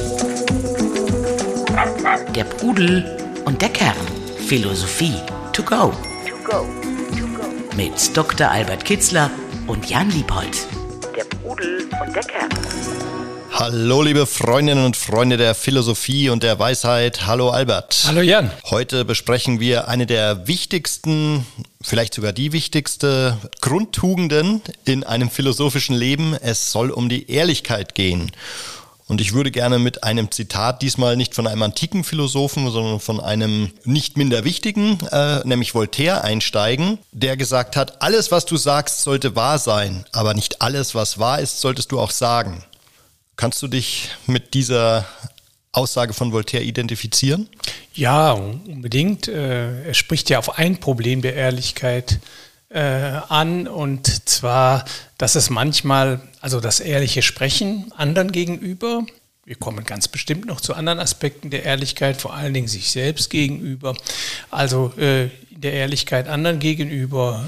Der Pudel und der Kern. Philosophie to go. Mit Dr. Albert Kitzler und Jan Liebold. Der Pudel und der Kern. Hallo liebe Freundinnen und Freunde der Philosophie und der Weisheit. Hallo Albert. Hallo Jan. Heute besprechen wir eine der wichtigsten, vielleicht sogar die wichtigste Grundtugenden in einem philosophischen Leben. Es soll um die Ehrlichkeit gehen. Und ich würde gerne mit einem Zitat, diesmal nicht von einem antiken Philosophen, sondern von einem nicht minder wichtigen, nämlich Voltaire, einsteigen, der gesagt hat, alles, was du sagst, sollte wahr sein, aber nicht alles, was wahr ist, solltest du auch sagen. Kannst du dich mit dieser Aussage von Voltaire identifizieren? Ja, unbedingt. Er spricht ja auf ein Problem der Ehrlichkeit an, und zwar, dass es manchmal, also das ehrliche Sprechen anderen gegenüber, wir kommen ganz bestimmt noch zu anderen Aspekten der Ehrlichkeit, vor allen Dingen sich selbst gegenüber, also in der Ehrlichkeit anderen gegenüber,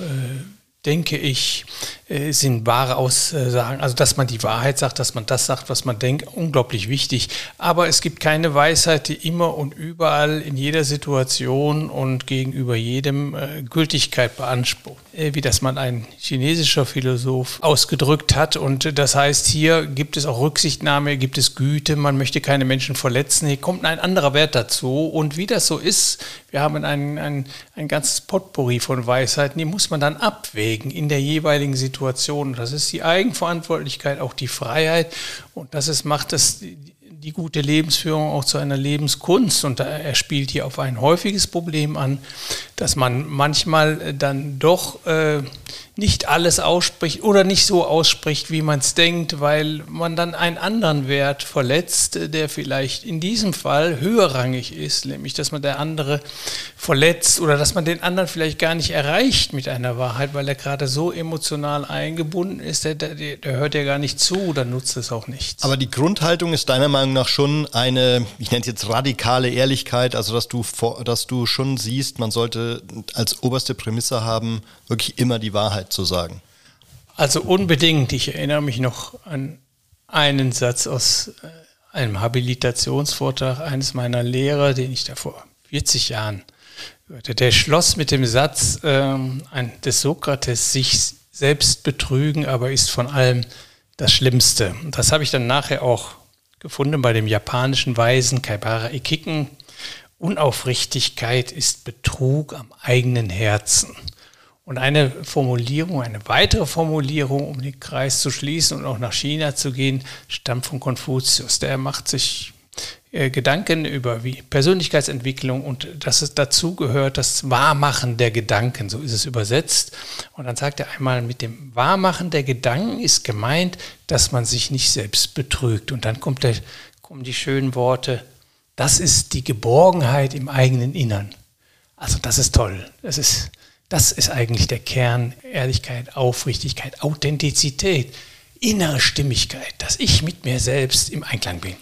denke ich, sind wahre Aussagen, also dass man die Wahrheit sagt, dass man das sagt, was man denkt, unglaublich wichtig. Aber es gibt keine Weisheit, die immer und überall in jeder Situation und gegenüber jedem Gültigkeit beansprucht, wie das mal ein chinesischer Philosoph ausgedrückt hat. Und das heißt, hier gibt es auch Rücksichtnahme, gibt es Güte, man möchte keine Menschen verletzen. Hier kommt ein anderer Wert dazu. Und wie das so ist, wir haben ein ganzes Potpourri von Weisheiten, die muss man dann abwägen in der jeweiligen Situation. Das ist die Eigenverantwortlichkeit, auch die Freiheit, und macht das die gute Lebensführung auch zu einer Lebenskunst. Und er spielt hier auf ein häufiges Problem an, dass man manchmal dann doch nicht alles ausspricht oder nicht so ausspricht, wie man es denkt, weil man dann einen anderen Wert verletzt, der vielleicht in diesem Fall höherrangig ist, nämlich dass man der andere verletzt oder dass man den anderen vielleicht gar nicht erreicht mit einer Wahrheit, weil er gerade so emotional eingebunden ist, der hört ja gar nicht zu, dann nutzt es auch nichts. Aber die Grundhaltung ist deiner Meinung nach schon eine, ich nenne es jetzt radikale Ehrlichkeit, also dass du schon siehst, man sollte als oberste Prämisse haben, wirklich immer die Wahrheit zu sagen. Also unbedingt. Ich erinnere mich noch an einen Satz aus einem Habilitationsvortrag eines meiner Lehrer, den ich da vor 40 Jahren hörte. Der schloss mit dem Satz des Sokrates, sich selbst betrügen, aber ist von allem das Schlimmste. Und das habe ich dann nachher auch gefunden bei dem japanischen Weisen Kaibara Ikiken. Unaufrichtigkeit ist Betrug am eigenen Herzen. Und eine weitere Formulierung, um den Kreis zu schließen und auch nach China zu gehen, stammt von Konfuzius. Der macht sich Gedanken über Persönlichkeitsentwicklung und dass es dazu gehört, das Wahrmachen der Gedanken, so ist es übersetzt. Und dann sagt er einmal, mit dem Wahrmachen der Gedanken ist gemeint, dass man sich nicht selbst betrügt. Und dann kommen die schönen Worte, das ist die Geborgenheit im eigenen Innern. Also das ist toll. Das ist eigentlich der Kern. Ehrlichkeit, Aufrichtigkeit, Authentizität, innere Stimmigkeit, dass ich mit mir selbst im Einklang bin.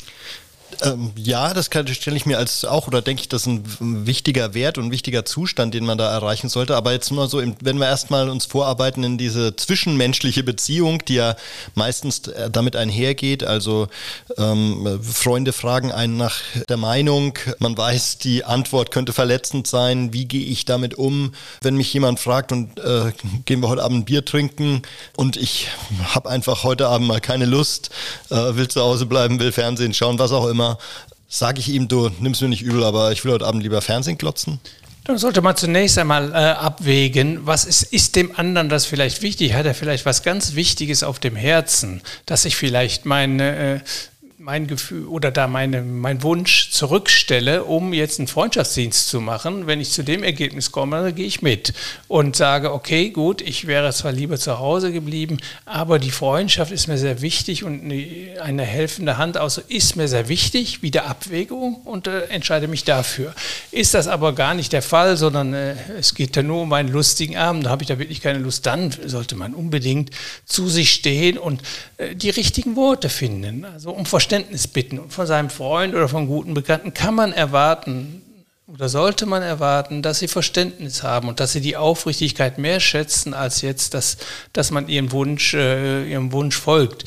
Ja, das stelle ich mir denke ich, das ist ein wichtiger Wert und ein wichtiger Zustand, den man da erreichen sollte. Aber jetzt nur so, wenn wir erstmal uns vorarbeiten in diese zwischenmenschliche Beziehung, die ja meistens damit einhergeht. Also Freunde fragen einen nach der Meinung, man weiß, die Antwort könnte verletzend sein. Wie gehe ich damit um, wenn mich jemand fragt und gehen wir heute Abend ein Bier trinken und ich habe einfach heute Abend mal keine Lust, will zu Hause bleiben, will Fernsehen schauen, was auch immer. Sage ich ihm, du nimmst mir nicht übel, aber ich will heute Abend lieber Fernsehen glotzen? Dann sollte man zunächst einmal abwägen, was ist dem anderen das vielleicht wichtig? Hat er vielleicht was ganz Wichtiges auf dem Herzen, dass ich vielleicht mein Gefühl oder mein Wunsch zurückstelle, um jetzt einen Freundschaftsdienst zu machen. Wenn ich zu dem Ergebnis komme, dann gehe ich mit und sage, okay, gut, ich wäre zwar lieber zu Hause geblieben, aber die Freundschaft ist mir sehr wichtig und eine helfende Hand also ist mir sehr wichtig, wieder Abwägung, und entscheide mich dafür. Ist das aber gar nicht der Fall, sondern es geht ja nur um einen lustigen Abend, da habe ich da wirklich keine Lust, dann sollte man unbedingt zu sich stehen und die richtigen Worte finden, also um Verständnis bitten. Und von seinem Freund oder von guten Bekannten kann man erwarten oder sollte man erwarten, dass sie Verständnis haben und dass sie die Aufrichtigkeit mehr schätzen, als jetzt, dass man ihrem Wunsch folgt.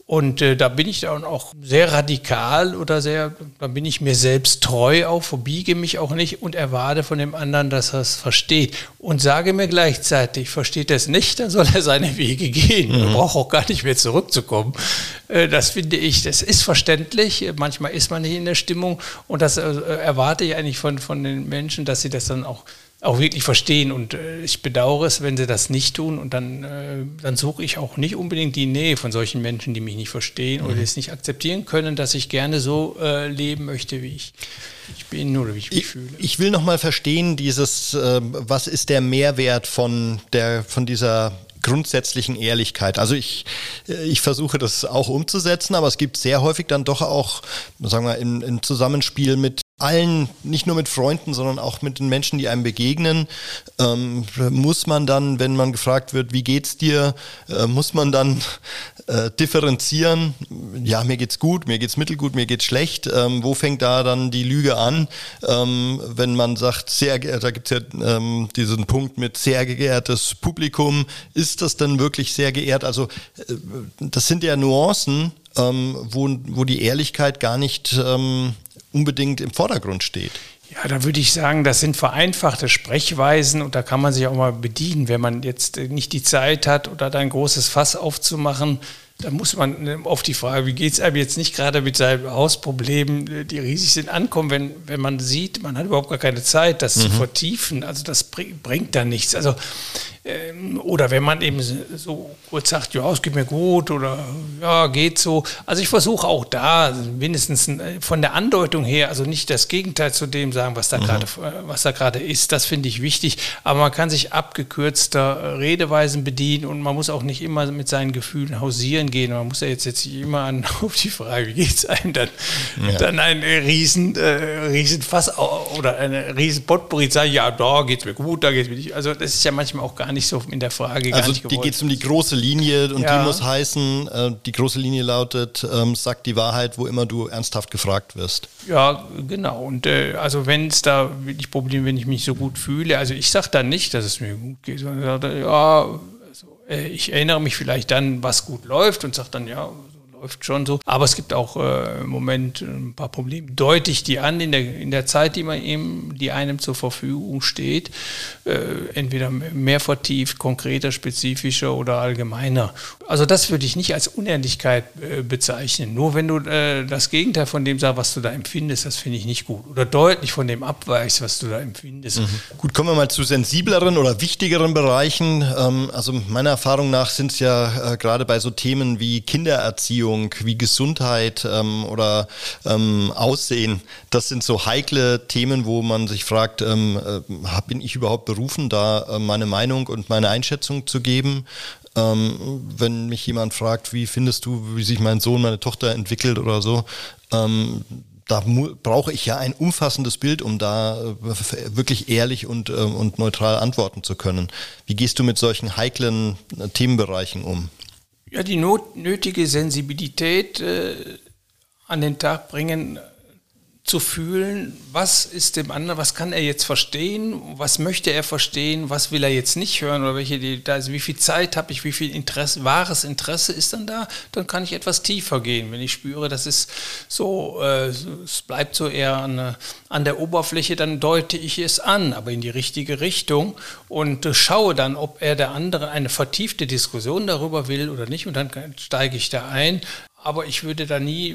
Und da bin ich dann auch sehr radikal da bin ich mir selbst treu auch, verbiege mich auch nicht und erwarte von dem anderen, dass er es versteht. Und sage mir gleichzeitig, versteht er es nicht, dann soll er seine Wege gehen. Er braucht auch gar nicht mehr zurückzukommen. Das finde ich, das ist verständlich. Manchmal ist man nicht in der Stimmung und das erwarte ich eigentlich von den Menschen, dass sie das dann auch wirklich verstehen und ich bedauere es, wenn sie das nicht tun und dann suche ich auch nicht unbedingt die Nähe von solchen Menschen, die mich nicht verstehen oder es nicht akzeptieren können, dass ich gerne so leben möchte, wie ich bin oder wie ich mich fühle. Ich will nochmal verstehen, was ist der Mehrwert von dieser grundsätzlichen Ehrlichkeit. Also ich versuche das auch umzusetzen, aber es gibt sehr häufig dann doch auch, sagen wir, im Zusammenspiel mit allen, nicht nur mit Freunden, sondern auch mit den Menschen, die einem begegnen, muss man dann, wenn man gefragt wird, wie geht's dir, muss man dann differenzieren, ja, mir geht's gut, mir geht's mittelgut, mir geht's schlecht, wo fängt da dann die Lüge an, wenn man sagt, da gibt's ja diesen Punkt mit sehr geehrtes Publikum, ist das denn wirklich sehr geehrt? Also das sind ja Nuancen, wo die Ehrlichkeit gar nicht unbedingt im Vordergrund steht. Ja, da würde ich sagen, das sind vereinfachte Sprechweisen und da kann man sich auch mal bedienen, wenn man jetzt nicht die Zeit hat oder da ein großes Fass aufzumachen. Da muss man auf die Frage, wie geht es einem jetzt nicht gerade mit seinen Hausproblemen, die riesig sind, ankommen, wenn man sieht, man hat überhaupt gar keine Zeit, das zu vertiefen. Also das bringt dann nichts. Also oder wenn man eben so kurz sagt, ja, es geht mir gut oder ja, geht so. Also ich versuche auch da mindestens von der Andeutung her, also nicht das Gegenteil zu dem sagen, was da gerade ist, das finde ich wichtig. Aber man kann sich abgekürzter Redeweisen bedienen und man muss auch nicht immer mit seinen Gefühlen hausieren gehen. Man muss ja jetzt nicht immer auf die Frage, wie geht es einem dann ein riesen Fass oder eine riesen Potpourri sagen, ja, da geht es mir gut, da geht es mir nicht. Also das ist ja manchmal auch gar nicht so in der Frage. Also die geht es um die große Linie und die muss heißen, die große Linie lautet, sag die Wahrheit, wo immer du ernsthaft gefragt wirst. Ja, genau. Und also wenn es da wirklich Probleme, wenn ich mich so gut fühle, also ich sage dann nicht, dass es mir gut geht, sondern ich sage, ja, also, ich erinnere mich vielleicht dann, was gut läuft und sage dann, ja, läuft schon so. Aber es gibt auch im Moment ein paar Probleme. Deute ich die an in der Zeit, die einem zur Verfügung steht. Entweder mehr vertieft, konkreter, spezifischer oder allgemeiner. Also das würde ich nicht als Unehrlichkeit bezeichnen. Nur wenn du das Gegenteil von dem sagst, was du da empfindest, das finde ich nicht gut. Oder deutlich von dem abweichst, was du da empfindest. Gut, kommen wir mal zu sensibleren oder wichtigeren Bereichen. Also meiner Erfahrung nach sind es ja gerade bei so Themen wie Kindererziehung, wie Gesundheit oder Aussehen. Das sind so heikle Themen, wo man sich fragt, bin ich überhaupt berufen, da meine Meinung und meine Einschätzung zu geben? Wenn mich jemand fragt, wie findest du, wie sich mein Sohn, meine Tochter entwickelt oder so, da brauche ich ja ein umfassendes Bild, um da wirklich ehrlich und neutral antworten zu können. Wie gehst du mit solchen heiklen Themenbereichen um? Ja, die nötige Sensibilität an den Tag bringen, zu fühlen, was ist dem anderen, was kann er jetzt verstehen, was möchte er verstehen, was will er jetzt nicht hören oder also wie viel Zeit habe ich, wie viel wahres Interesse ist dann da, dann kann ich etwas tiefer gehen. Wenn ich spüre, das ist so, es bleibt so eher an der Oberfläche, dann deute ich es an, aber in die richtige Richtung und schaue dann, ob der andere eine vertiefte Diskussion darüber will oder nicht und dann steige ich da ein. Aber ich würde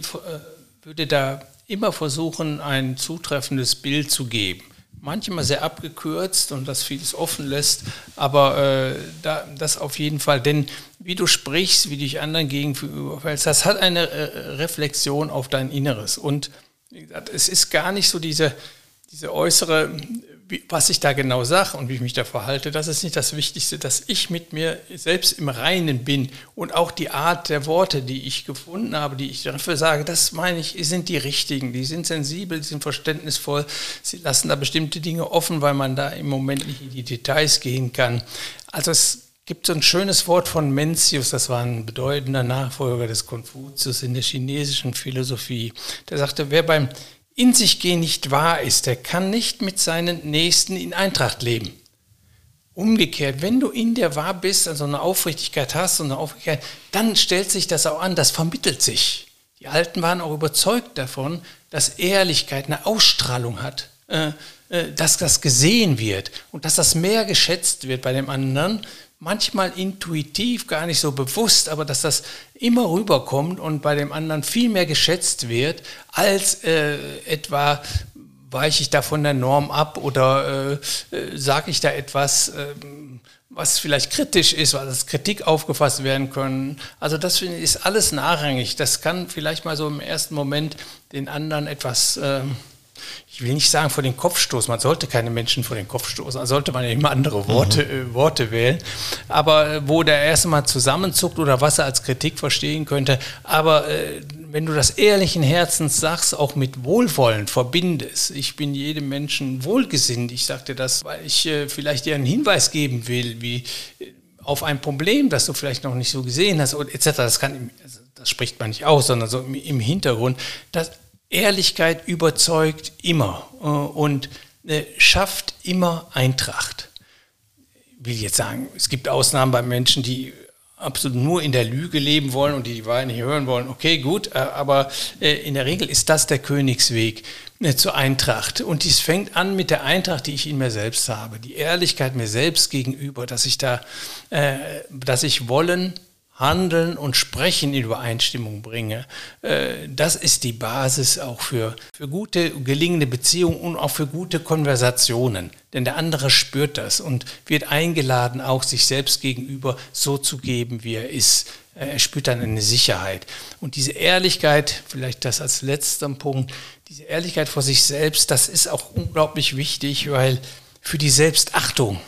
da immer versuchen, ein zutreffendes Bild zu geben. Manchmal sehr abgekürzt und das vieles offen lässt, aber das auf jeden Fall. Denn wie du sprichst, wie du dich anderen gegenüberfällst, das hat eine Reflexion auf dein Inneres. Und wie gesagt, es ist gar nicht so diese äußere, was ich da genau sage und wie ich mich da verhalte, das ist nicht das Wichtigste, dass ich mit mir selbst im Reinen bin und auch die Art der Worte, die ich gefunden habe, die ich dafür sage, das meine ich, sind die richtigen, die sind sensibel, die sind verständnisvoll, sie lassen da bestimmte Dinge offen, weil man da im Moment nicht in die Details gehen kann. Also es gibt so ein schönes Wort von Mencius, das war ein bedeutender Nachfolger des Konfuzius in der chinesischen Philosophie, der sagte, wer beim in sich gehen nicht wahr ist, der kann nicht mit seinen Nächsten in Eintracht leben. Umgekehrt, wenn du in dir wahr bist, also eine Aufrichtigkeit hast und eine Aufrichtigkeit, dann stellt sich das auch an, das vermittelt sich. Die Alten waren auch überzeugt davon, dass Ehrlichkeit eine Ausstrahlung hat, dass das gesehen wird und dass das mehr geschätzt wird bei dem anderen, manchmal intuitiv, gar nicht so bewusst, aber dass das immer rüberkommt und bei dem anderen viel mehr geschätzt wird, als etwa weiche ich da von der Norm ab oder sage ich da etwas, was vielleicht kritisch ist, weil als Kritik aufgefasst werden können. Also das finde ich, ist alles nachrangig. Das kann vielleicht mal so im ersten Moment den anderen etwas, ich will nicht sagen vor den Kopf stoßen, man sollte keine Menschen vor den Kopf stoßen, da sollte man ja immer andere Worte wählen, aber wo der erste mal zusammenzuckt oder was er als Kritik verstehen könnte, aber wenn du das ehrlichen Herzens sagst, auch mit Wohlwollen verbindest, ich bin jedem Menschen wohlgesinnt, ich sage dir das, weil ich vielleicht dir einen Hinweis geben will, wie auf ein Problem, das du vielleicht noch nicht so gesehen hast, etc., das spricht man nicht aus, sondern so im Hintergrund, dass Ehrlichkeit überzeugt immer und schafft immer Eintracht. Ich will jetzt sagen, es gibt Ausnahmen bei Menschen, die absolut nur in der Lüge leben wollen und die Wahrheit nicht hören wollen. Okay, gut, aber in der Regel ist das der Königsweg zur Eintracht. Und dies fängt an mit der Eintracht, die ich in mir selbst habe. Die Ehrlichkeit mir selbst gegenüber, dass ich Wollen, Handeln und Sprechen in Übereinstimmung bringe. Das ist die Basis auch für gute, gelingende Beziehungen und auch für gute Konversationen. Denn der andere spürt das und wird eingeladen, auch sich selbst gegenüber so zu geben, wie er ist. Er spürt dann eine Sicherheit. Und diese Ehrlichkeit, vielleicht das als letzter Punkt, diese Ehrlichkeit vor sich selbst, das ist auch unglaublich wichtig, weil für die Selbstachtung,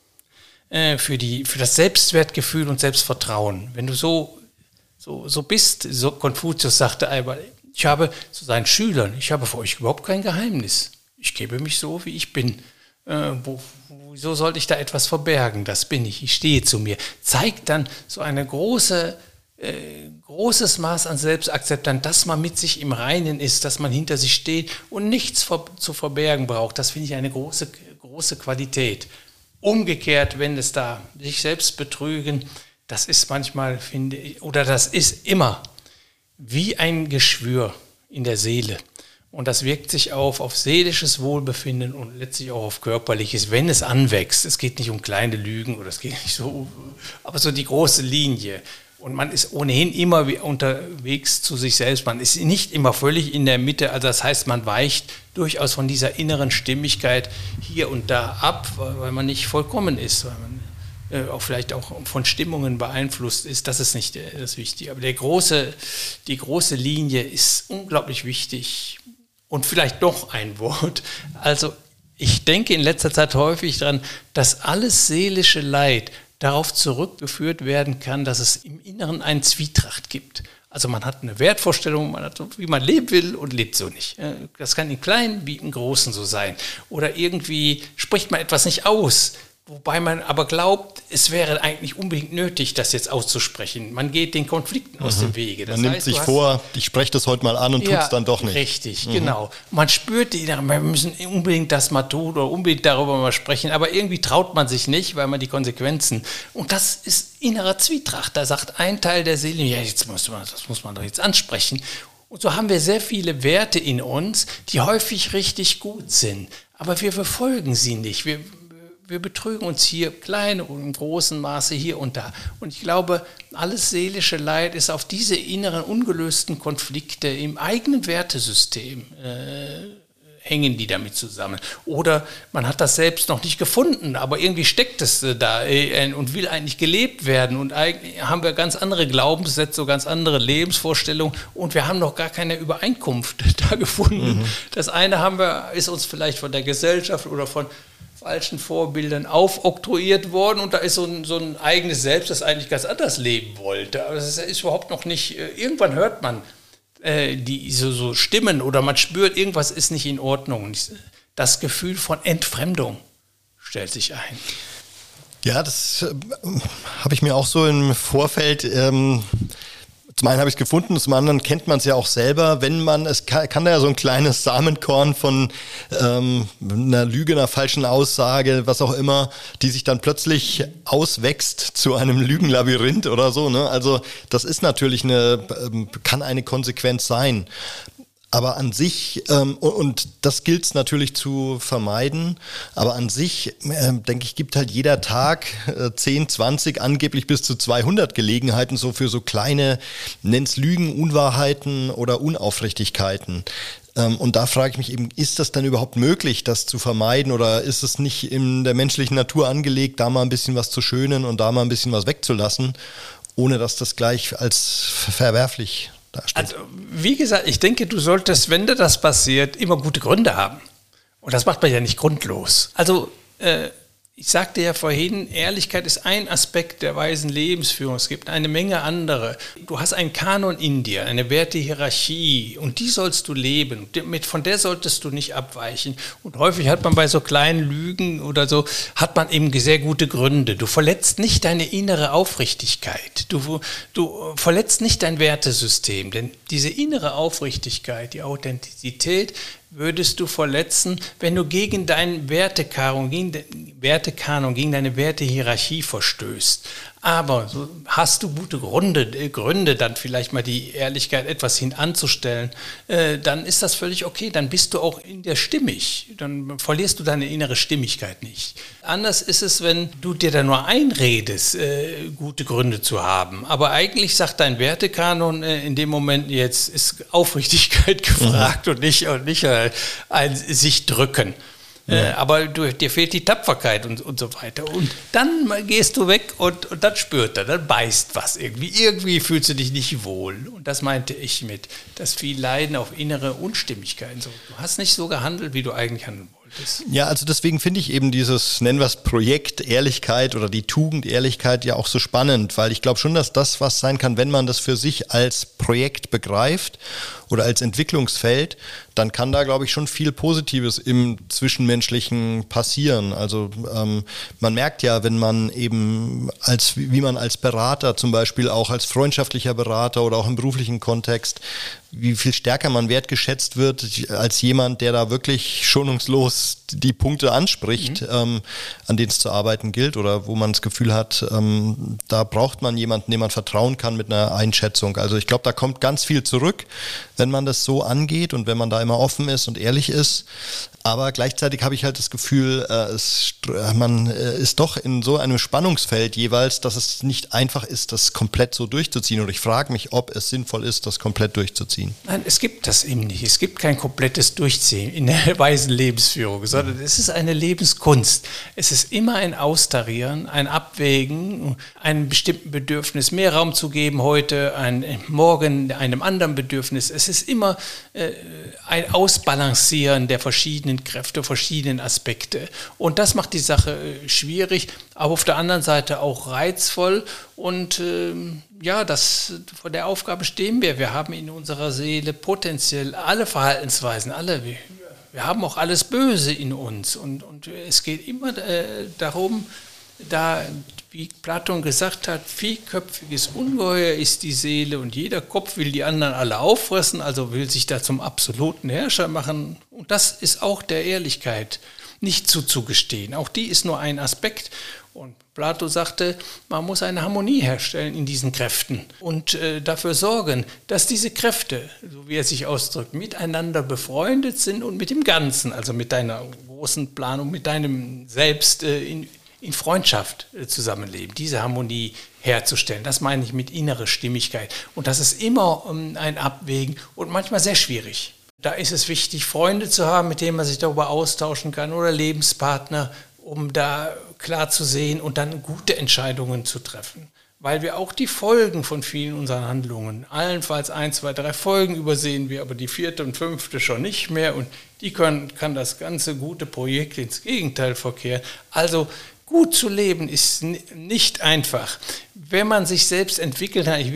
für das Selbstwertgefühl und Selbstvertrauen. Wenn du so bist, so Konfuzius sagte einmal, ich habe zu seinen Schülern, ich habe für euch überhaupt kein Geheimnis. Ich gebe mich so, wie ich bin. Wieso sollte ich da etwas verbergen? Das bin ich stehe zu mir. Zeigt dann so eine großes Maß an Selbstakzeptanz, dass man mit sich im Reinen ist, dass man hinter sich steht und nichts zu verbergen braucht. Das finde ich eine große Qualität. Umgekehrt, wenn es da sich selbst betrügen, das ist manchmal, finde ich, oder das ist immer wie ein Geschwür in der Seele. Und das wirkt sich auf seelisches Wohlbefinden und letztlich auch auf körperliches, wenn es anwächst. Es geht nicht um kleine Lügen oder es geht nicht so, aber so die große Linie. Und man ist ohnehin immer unterwegs zu sich selbst. Man ist nicht immer völlig in der Mitte. Also das heißt, man weicht durchaus von dieser inneren Stimmigkeit hier und da ab, weil man nicht vollkommen ist, weil man auch vielleicht auch von Stimmungen beeinflusst ist. Das ist nicht das Wichtige. Aber die große Linie ist unglaublich wichtig. Und vielleicht noch ein Wort. Also ich denke in letzter Zeit häufig daran, dass alles seelische Leid darauf zurückgeführt werden kann, dass es im Inneren eine Zwietracht gibt. Also man hat eine Wertvorstellung, man hat so, wie man leben will und lebt so nicht. Das kann im Kleinen wie im Großen so sein. Oder irgendwie spricht man etwas nicht aus, wobei man aber glaubt, es wäre eigentlich unbedingt nötig, das jetzt auszusprechen. Man geht den Konflikten aus dem Wege. Das man nimmt sich vor, ich spreche das heute mal an und tut es dann doch nicht. Richtig, genau. Man spürt, wir müssen unbedingt das mal tun oder unbedingt darüber mal sprechen, aber irgendwie traut man sich nicht, weil man die Konsequenzen, und das ist innerer Zwietracht. Da sagt ein Teil der Seele, ja, das muss man doch jetzt ansprechen. Und so haben wir sehr viele Werte in uns, die häufig richtig gut sind, aber wir verfolgen sie nicht. Wir betrügen uns hier klein und im großen Maße hier und da. Und ich glaube, alles seelische Leid ist auf diese inneren ungelösten Konflikte im eigenen Wertesystem hängen die damit zusammen. Oder man hat das selbst noch nicht gefunden, aber irgendwie steckt es da und will eigentlich gelebt werden. Und eigentlich haben wir ganz andere Glaubenssätze, so ganz andere Lebensvorstellungen und wir haben noch gar keine Übereinkunft da gefunden. Das eine ist uns vielleicht von der Gesellschaft oder von falschen Vorbildern aufoktroyiert worden und da ist so ein eigenes Selbst, das eigentlich ganz anders leben wollte. Aber das ist überhaupt noch nicht, irgendwann hört man so Stimmen oder man spürt, irgendwas ist nicht in Ordnung. Das Gefühl von Entfremdung stellt sich ein. Ja, das habe ich mir auch so im Vorfeld Zum einen habe ich es gefunden, zum anderen kennt man es ja auch selber, wenn man, es kann da ja so ein kleines Samenkorn von einer Lüge, einer falschen Aussage, was auch immer, die sich dann plötzlich auswächst zu einem Lügenlabyrinth oder so, ne? Also das ist natürlich kann eine Konsequenz sein. Aber an sich, und das gilt es natürlich zu vermeiden, aber an sich, denke ich, gibt halt jeder Tag 10, 20, angeblich bis zu 200 Gelegenheiten so für so kleine, nenn's Lügen, Unwahrheiten oder Unaufrichtigkeiten. Und da frage ich mich eben, ist das denn überhaupt möglich, das zu vermeiden, oder ist es nicht in der menschlichen Natur angelegt, da mal ein bisschen was zu schönen und da mal ein bisschen was wegzulassen, ohne dass das gleich als verwerflich darstellt? Also, wie gesagt, ich denke, du solltest, wenn dir das passiert, immer gute Gründe haben. Und das macht man ja nicht grundlos. Also, ich sagte ja vorhin, Ehrlichkeit ist ein Aspekt der weisen Lebensführung. Es gibt eine Menge andere. Du hast einen Kanon in dir, eine Wertehierarchie, und die sollst du leben. Von der solltest du nicht abweichen. Und häufig hat man bei so kleinen Lügen oder so, hat man eben sehr gute Gründe. Du verletzt nicht deine innere Aufrichtigkeit. Du verletzt nicht dein Wertesystem. Denn diese innere Aufrichtigkeit, die Authentizität, würdest du verletzen, wenn du gegen deinen Wertekanon, gegen deine Wertehierarchie verstößt. Aber so hast du gute Gründe, dann vielleicht mal die Ehrlichkeit etwas hintanzustellen, dann ist das völlig okay, dann bist du auch in der stimmig, dann verlierst du deine innere Stimmigkeit nicht. Anders ist es, wenn du dir da nur einredest, gute Gründe zu haben, aber eigentlich sagt dein Wertekanon in dem Moment, jetzt ist Aufrichtigkeit gefragt und nicht ein sich drücken. Ja. Aber dir fehlt die Tapferkeit und so weiter. Und dann gehst du weg und dann spürt er, dann beißt was irgendwie. Irgendwie fühlst du dich nicht wohl. Und das meinte ich mit, dass viel Leiden auf innere Unstimmigkeiten. So, du hast nicht so gehandelt, wie du eigentlich handeln wolltest. Ja, also deswegen finde ich eben dieses, nennen wir es Projekt Ehrlichkeit oder die Tugend Ehrlichkeit ja auch so spannend, weil ich glaube schon, dass das was sein kann, wenn man das für sich als Projekt begreift oder als Entwicklungsfeld, dann kann da, glaube ich, schon viel Positives im Zwischenmenschlichen passieren. Also man merkt ja, wenn man eben wie man als Berater zum Beispiel, auch als freundschaftlicher Berater oder auch im beruflichen Kontext, wie viel stärker man wertgeschätzt wird als jemand, der da wirklich schonungslos die Punkte anspricht, an denen es zu arbeiten gilt oder wo man das Gefühl hat, da braucht man jemanden, dem man vertrauen kann mit einer Einschätzung. Also ich glaube, da kommt ganz viel zurück, wenn man das so angeht und wenn man da immer offen ist und ehrlich ist. Aber gleichzeitig habe ich halt das Gefühl, man ist doch in so einem Spannungsfeld jeweils, dass es nicht einfach ist, das komplett so durchzuziehen. Und ich frage mich, ob es sinnvoll ist, das komplett durchzuziehen. Nein, es gibt das eben nicht. Es gibt kein komplettes Durchziehen in der weisen Lebensführung, sondern es ist eine Lebenskunst. Es ist immer ein Austarieren, ein Abwägen, einem bestimmten Bedürfnis mehr Raum zu geben heute, morgen einem anderen Bedürfnis. Es ist immer ein Ausbalancieren der verschiedenen Kräfte, verschiedenen Aspekte. Und das macht die Sache schwierig, aber auf der anderen Seite auch reizvoll. Und vor der Aufgabe stehen wir. Wir haben in unserer Seele potenziell alle Verhaltensweisen, wir haben auch alles Böse in uns. Und es geht immer darum, wie Platon gesagt hat, vielköpfiges Ungeheuer ist die Seele und jeder Kopf will die anderen alle auffressen, also will sich da zum absoluten Herrscher machen. Und das ist auch der Ehrlichkeit nicht zuzugestehen. Auch die ist nur ein Aspekt. Und Plato sagte, man muss eine Harmonie herstellen in diesen Kräften und dafür sorgen, dass diese Kräfte, so wie er sich ausdrückt, miteinander befreundet sind und mit dem Ganzen, also mit deiner großen Planung, mit deinem Selbst in Freundschaft zusammenleben, diese Harmonie herzustellen. Das meine ich mit innerer Stimmigkeit. Und das ist immer ein Abwägen und manchmal sehr schwierig. Da ist es wichtig, Freunde zu haben, mit denen man sich darüber austauschen kann oder Lebenspartner, um da klar zu sehen und dann gute Entscheidungen zu treffen. Weil wir auch die Folgen von vielen unserer Handlungen, allenfalls 1, 2, 3 Folgen übersehen wir, aber die 4. und 5. schon nicht mehr und die kann das ganze gute Projekt ins Gegenteil verkehren. Also gut zu leben ist nicht einfach. Wenn man sich selbst entwickelt hat,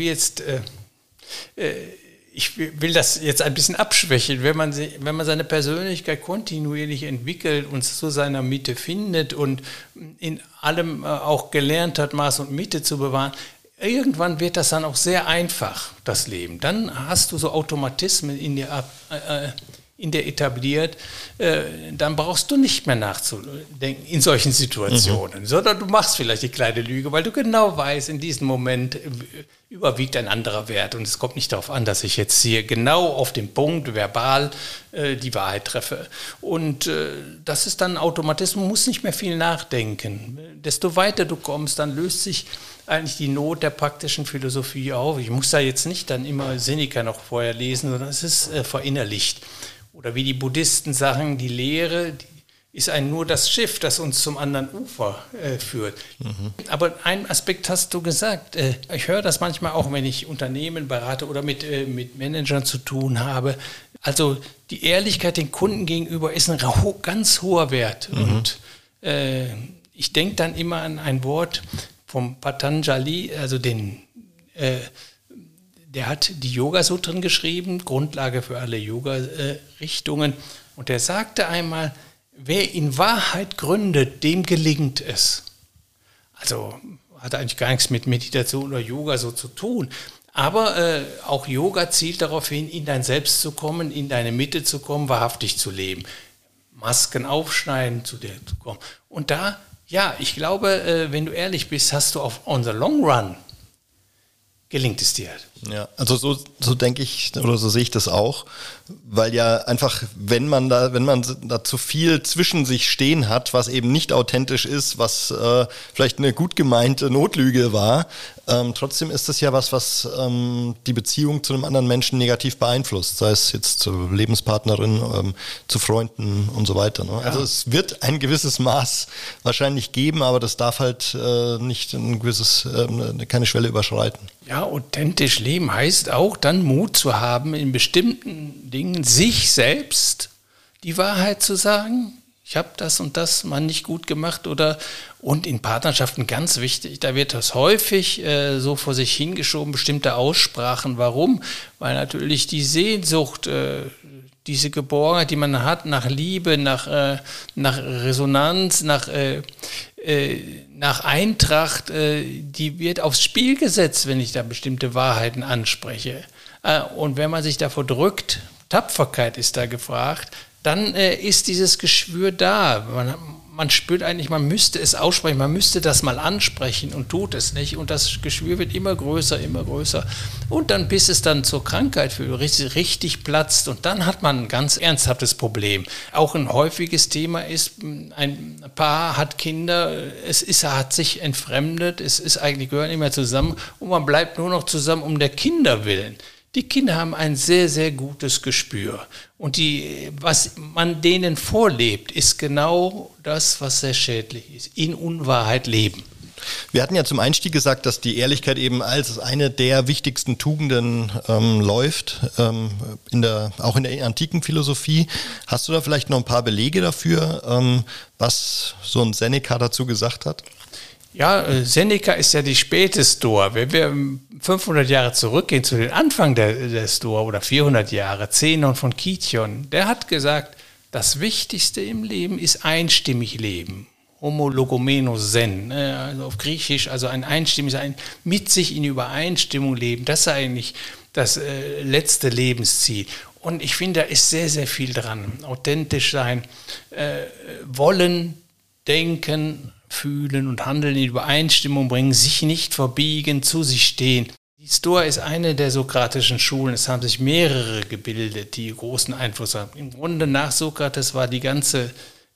ich will das jetzt ein bisschen abschwächen, wenn man seine Persönlichkeit kontinuierlich entwickelt und zu seiner Mitte findet und in allem auch gelernt hat, Maß und Mitte zu bewahren, irgendwann wird das dann auch sehr einfach, das Leben. Dann hast du so Automatismen in dir etabliert, dann brauchst du nicht mehr nachzudenken in solchen Situationen, sondern du machst vielleicht die kleine Lüge, weil du genau weißt, in diesem Moment überwiegt ein anderer Wert und es kommt nicht darauf an, dass ich jetzt hier genau auf den Punkt verbal die Wahrheit treffe. Und das ist dann Automatismus, man muss nicht mehr viel nachdenken. Desto weiter du kommst, dann löst sich eigentlich die Not der praktischen Philosophie auf. Ich muss da jetzt nicht dann immer Seneca noch vorher lesen, sondern es ist verinnerlicht. Oder wie die Buddhisten sagen, die Lehre ist nur das Schiff, das uns zum anderen Ufer führt. Aber einen Aspekt hast du gesagt. Ich höre das manchmal auch, wenn ich Unternehmen berate oder mit Managern zu tun habe. Also die Ehrlichkeit den Kunden gegenüber ist ein ganz hoher Wert. Und ich denke dann immer an ein Wort vom Patanjali, also der hat die Yoga-Sutren geschrieben, Grundlage für alle Yoga-Richtungen. Und der sagte einmal, wer in Wahrheit gründet, dem gelingt es. Also hat eigentlich gar nichts mit Meditation oder Yoga so zu tun. Aber auch Yoga zielt darauf hin, in dein Selbst zu kommen, in deine Mitte zu kommen, wahrhaftig zu leben. Masken aufschneiden, zu dir zu kommen. Und da, ja, ich glaube, wenn du ehrlich bist, hast du on the long run, gelingt es dir. Ja, also so denke ich oder so sehe ich das auch, weil ja einfach, wenn man da zu viel zwischen sich stehen hat, was eben nicht authentisch ist, was vielleicht eine gut gemeinte Notlüge war, trotzdem ist das ja was die Beziehung zu einem anderen Menschen negativ beeinflusst, sei es jetzt zur Lebenspartnerin, zu Freunden und so weiter. Ne? Ja. Also es wird ein gewisses Maß wahrscheinlich geben, aber das darf halt nicht keine Schwelle überschreiten. Ja, authentisch leben heißt auch dann Mut zu haben, in bestimmten Dingen sich selbst die Wahrheit zu sagen. Ich habe das und das mal nicht gut gemacht und in Partnerschaften ganz wichtig, da wird das häufig so vor sich hingeschoben, bestimmte Aussprachen. Warum? Weil natürlich die Sehnsucht, diese Geborgenheit, die man hat nach Liebe, nach Resonanz, nach Eintracht, die wird aufs Spiel gesetzt, wenn ich da bestimmte Wahrheiten anspreche. Und wenn man sich davor drückt, Tapferkeit ist da gefragt, dann ist dieses Geschwür da. Man spürt eigentlich, man müsste es aussprechen, man müsste das mal ansprechen und tut es nicht. Und das Geschwür wird immer größer, immer größer. Und dann, bis es dann zur Krankheit führt, richtig platzt. Und dann hat man ein ganz ernsthaftes Problem. Auch ein häufiges Thema ist, ein Paar hat Kinder, hat sich entfremdet, gehören nicht mehr zusammen und man bleibt nur noch zusammen um der Kinder willen. Die Kinder haben ein sehr, sehr gutes Gespür. Und was man denen vorlebt, ist genau das, was sehr schädlich ist. In Unwahrheit leben. Wir hatten ja zum Einstieg gesagt, dass die Ehrlichkeit eben als eine der wichtigsten Tugenden läuft, auch in der antiken Philosophie. Hast du da vielleicht noch ein paar Belege dafür, was so ein Seneca dazu gesagt hat? Ja, Seneca ist ja die späte Stoa. Wenn wir 500 Jahre zurückgehen zu den Anfang der Stoa oder 400 Jahre, Zenon von Kition, der hat gesagt, das Wichtigste im Leben ist einstimmig leben. Homologomeno Zen, also auf Griechisch, also ein einstimmiges, mit sich in Übereinstimmung leben, das ist eigentlich das letzte Lebensziel. Und ich finde, da ist sehr, sehr viel dran. Authentisch sein, wollen, denken, fühlen und handeln in Übereinstimmung bringen, sich nicht verbiegen, zu sich stehen. Die Stoa ist eine der sokratischen Schulen. Es haben sich mehrere gebildet, die großen Einfluss haben. Im Grunde nach Sokrates war die ganze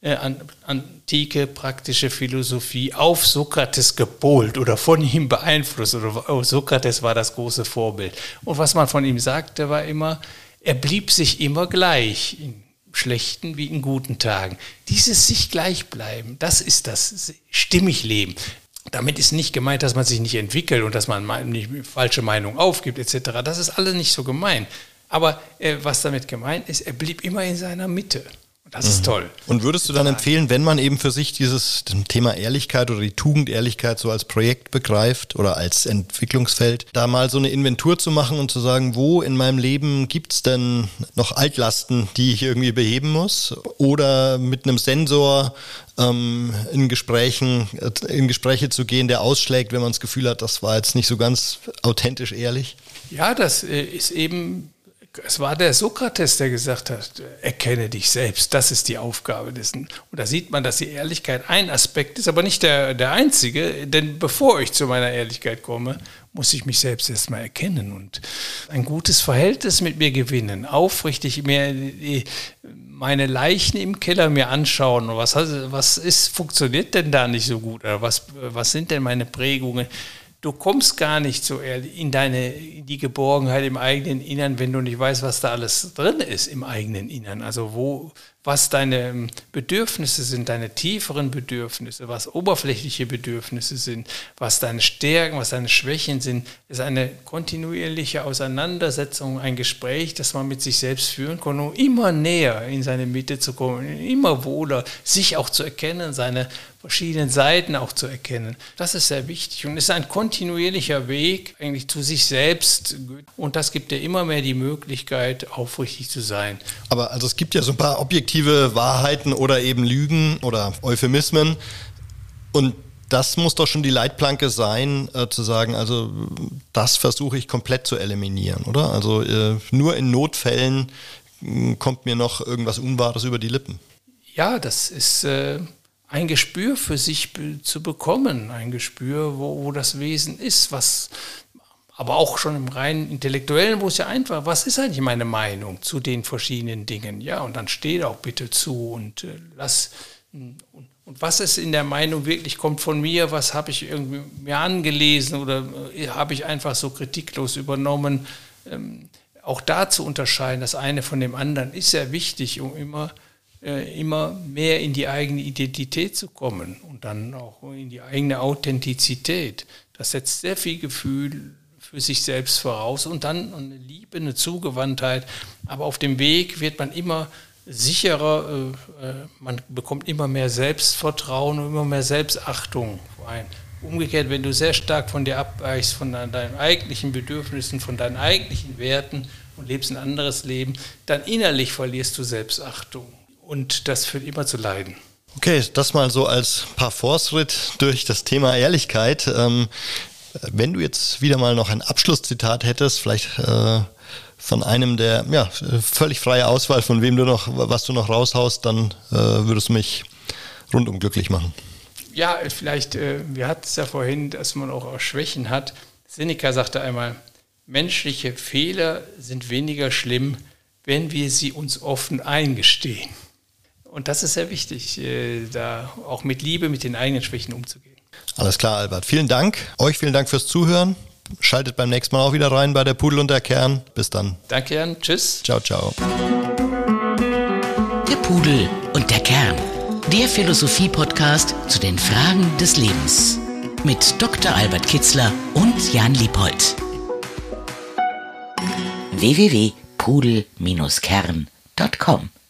antike praktische Philosophie auf Sokrates gepolt oder von ihm beeinflusst. Sokrates war das große Vorbild. Und was man von ihm sagte, war immer, er blieb sich immer gleich. In schlechten wie in guten Tagen. Dieses sich gleich bleiben, das ist das stimmig Leben. Damit ist nicht gemeint, dass man sich nicht entwickelt und dass man nicht falsche Meinung aufgibt etc. Das ist alles nicht so gemeint. Aber was damit gemeint ist, er blieb immer in seiner Mitte. Das ist toll. Und würdest du dann empfehlen, wenn man eben für sich dieses Thema Ehrlichkeit oder die Tugend Ehrlichkeit so als Projekt begreift oder als Entwicklungsfeld, da mal so eine Inventur zu machen und zu sagen, wo in meinem Leben gibt es denn noch Altlasten, die ich irgendwie beheben muss? Oder mit einem Sensor in Gespräche zu gehen, der ausschlägt, wenn man das Gefühl hat, das war jetzt nicht so ganz authentisch ehrlich? Ja, das ist eben, es war der Sokrates, der gesagt hat, erkenne dich selbst, das ist die Aufgabe dessen. Und da sieht man, dass die Ehrlichkeit ein Aspekt ist, aber nicht der einzige, denn bevor ich zu meiner Ehrlichkeit komme, muss ich mich selbst erstmal erkennen und ein gutes Verhältnis mit mir gewinnen, aufrichtig mir meine Leichen im Keller mir anschauen. Funktioniert denn da nicht so gut? Oder was sind denn meine Prägungen? Du kommst gar nicht so ehrlich in die Geborgenheit im eigenen Innern, wenn du nicht weißt, was da alles drin ist im eigenen Innern. Also was deine Bedürfnisse sind, deine tieferen Bedürfnisse, was oberflächliche Bedürfnisse sind, was deine Stärken, was deine Schwächen sind, ist eine kontinuierliche Auseinandersetzung, ein Gespräch, das man mit sich selbst führen kann, um immer näher in seine Mitte zu kommen, immer wohler, sich auch zu erkennen, seine verschiedenen Seiten auch zu erkennen. Das ist sehr wichtig und ist ein kontinuierlicher Weg eigentlich zu sich selbst und das gibt dir immer mehr die Möglichkeit, aufrichtig zu sein. Aber also es gibt ja so ein paar objektive Wahrheiten oder eben Lügen oder Euphemismen und das muss doch schon die Leitplanke sein, zu sagen, also das versuche ich komplett zu eliminieren, oder? Also nur in Notfällen kommt mir noch irgendwas Unwahres über die Lippen. Ja, das ist ein Gespür für sich zu bekommen, ein Gespür, wo das Wesen ist, aber auch schon im rein Intellektuellen, wo es ja einfach, was ist eigentlich meine Meinung zu den verschiedenen Dingen? Ja, und dann steht auch bitte zu und und was ist in der Meinung wirklich, kommt von mir, was habe ich irgendwie mir angelesen oder habe ich einfach so kritiklos übernommen? Auch da zu unterscheiden, das eine von dem anderen, ist sehr wichtig, um immer mehr in die eigene Identität zu kommen und dann auch in die eigene Authentizität. Das setzt sehr viel Gefühl für sich selbst voraus und dann eine Liebe, eine Zugewandtheit. Aber auf dem Weg wird man immer sicherer, man bekommt immer mehr Selbstvertrauen und immer mehr Selbstachtung ein. Umgekehrt, wenn du sehr stark von dir abweichst, von deinen eigentlichen Bedürfnissen, von deinen eigentlichen Werten und lebst ein anderes Leben, dann innerlich verlierst du Selbstachtung. Und das führt immer zu Leiden. Okay, das mal so als Parforce-Ritt durch das Thema Ehrlichkeit. Wenn du jetzt wieder mal noch ein Abschlusszitat hättest, vielleicht von einem der, völlig freie Auswahl, von wem was du noch raushaust, dann würdest du mich rundum glücklich machen. Ja, vielleicht, wir hatten es ja vorhin, dass man auch Schwächen hat. Seneca sagte einmal, menschliche Fehler sind weniger schlimm, wenn wir sie uns offen eingestehen. Und das ist sehr wichtig, da auch mit Liebe mit den eigenen Schwächen umzugehen. Alles klar, Albert. Vielen Dank. Euch vielen Dank fürs Zuhören. Schaltet beim nächsten Mal auch wieder rein bei der Pudel und der Kern. Bis dann. Danke, Jan. Tschüss. Ciao, ciao. Der Pudel und der Kern. Der Philosophie-Podcast zu den Fragen des Lebens. Mit Dr. Albert Kitzler und Jan Liephold. www.pudel-kern.com